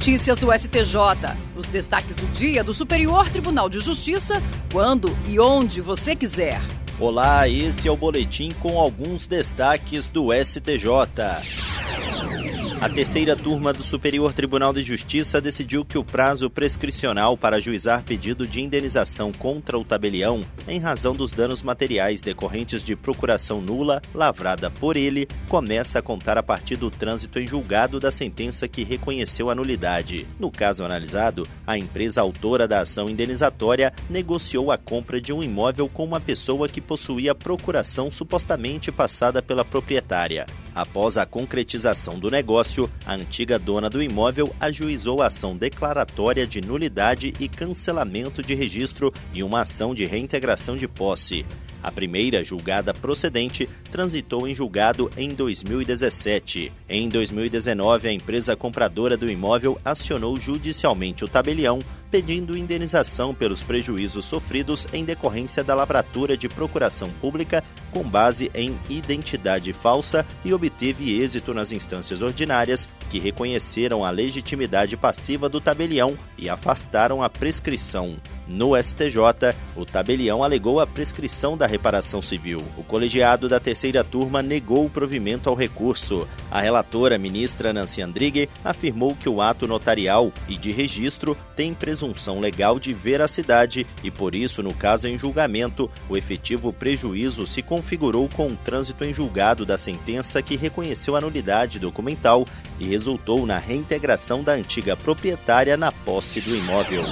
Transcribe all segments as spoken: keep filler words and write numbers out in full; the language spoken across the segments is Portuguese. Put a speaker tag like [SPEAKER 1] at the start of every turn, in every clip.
[SPEAKER 1] Notícias do S T J. Os destaques do dia do Superior Tribunal de Justiça, quando e onde você quiser.
[SPEAKER 2] Olá, esse é o boletim com alguns destaques do S T J. A terceira turma do Superior Tribunal de Justiça decidiu que o prazo prescricional para ajuizar pedido de indenização contra o tabelião, em razão dos danos materiais decorrentes de procuração nula lavrada por ele, começa a contar a partir do trânsito em julgado da sentença que reconheceu a nulidade. No caso analisado, a empresa autora da ação indenizatória negociou a compra de um imóvel com uma pessoa que possuía procuração supostamente passada pela proprietária. Após a concretização do negócio, a antiga dona do imóvel ajuizou a ação declaratória de nulidade e cancelamento de registro e uma ação de reintegração de posse. A primeira, julgada procedente, transitou em julgado em dois mil e dezessete. Em dois mil e dezenove, a empresa compradora do imóvel acionou judicialmente o tabelião, pedindo indenização pelos prejuízos sofridos em decorrência da lavratura de procuração pública com base em identidade falsa e obteve êxito nas instâncias ordinárias, que reconheceram a legitimidade passiva do tabelião e afastaram a prescrição. No S T J, o tabelião alegou a prescrição da reparação civil. O colegiado da terceira turma negou o provimento ao recurso. A relatora, ministra Nancy Andrighi, afirmou que o ato notarial e de registro tem presunção legal de veracidade e, por isso, no caso em julgamento, o efetivo prejuízo se configurou com o trânsito em julgado da sentença que reconheceu a nulidade documental e resultou na reintegração da antiga proprietária na posse do imóvel.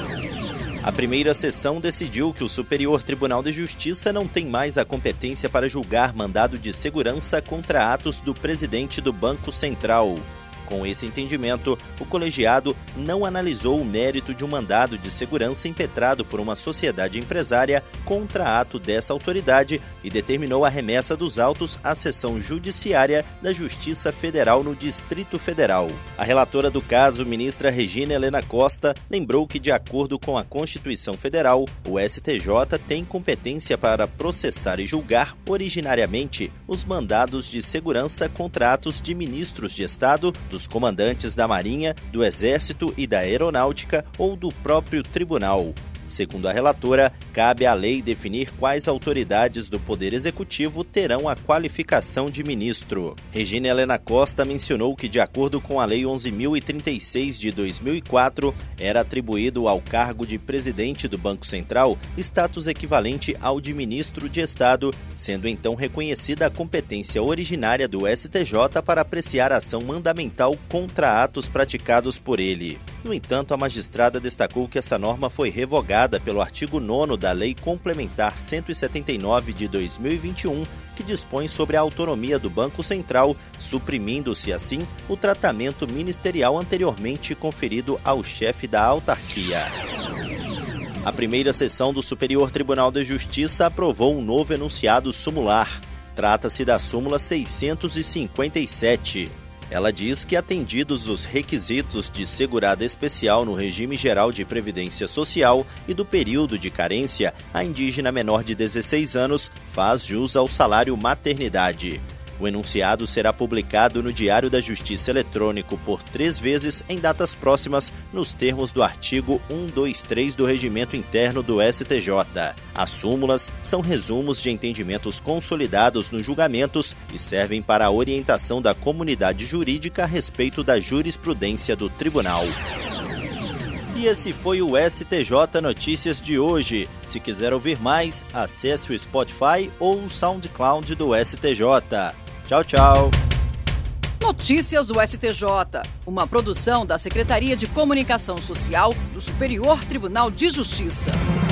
[SPEAKER 2] A primeira sessão decidiu que o Superior Tribunal de Justiça não tem mais a competência para julgar mandado de segurança contra atos do presidente do Banco Central. Com esse entendimento, o colegiado não analisou o mérito de um mandado de segurança impetrado por uma sociedade empresária contra ato dessa autoridade e determinou a remessa dos autos à seção judiciária da Justiça Federal no Distrito Federal. A relatora do caso, ministra Regina Helena Costa, lembrou que, de acordo com a Constituição Federal, o S T J tem competência para processar e julgar originariamente os mandados de segurança contra atos de ministros de Estado, dos comandantes da Marinha, do Exército e da Aeronáutica ou do próprio tribunal. Segundo a relatora, cabe à lei definir quais autoridades do Poder Executivo terão a qualificação de ministro. Regina Helena Costa mencionou que, de acordo com a Lei onze mil e trinta e seis de dois mil e quatro, era atribuído ao cargo de presidente do Banco Central status equivalente ao de ministro de Estado, sendo então reconhecida a competência originária do S T J para apreciar a ação mandamental contra atos praticados por ele. No entanto, a magistrada destacou que essa norma foi revogada pelo artigo nono da Lei Complementar cento e setenta e nove de dois mil e vinte e um, que dispõe sobre a autonomia do Banco Central, suprimindo-se assim o tratamento ministerial anteriormente conferido ao chefe da autarquia. A primeira sessão do Superior Tribunal de Justiça aprovou um novo enunciado sumular. Trata-se da súmula seiscentos e cinquenta e sete. Ela diz que, atendidos os requisitos de segurada especial no regime geral de previdência social e do período de carência, a indígena menor de dezesseis anos faz jus ao salário maternidade. O enunciado será publicado no Diário da Justiça eletrônico por três vezes em datas próximas, nos termos do artigo cento e vinte e três do Regimento Interno do S T J. As súmulas são resumos de entendimentos consolidados nos julgamentos e servem para a orientação da comunidade jurídica a respeito da jurisprudência do tribunal. E esse foi o S T J Notícias de hoje. Se quiser ouvir mais, acesse o Spotify ou o SoundCloud do S T J. Tchau, tchau.
[SPEAKER 1] Notícias do S T J, uma produção da Secretaria de Comunicação Social do Superior Tribunal de Justiça.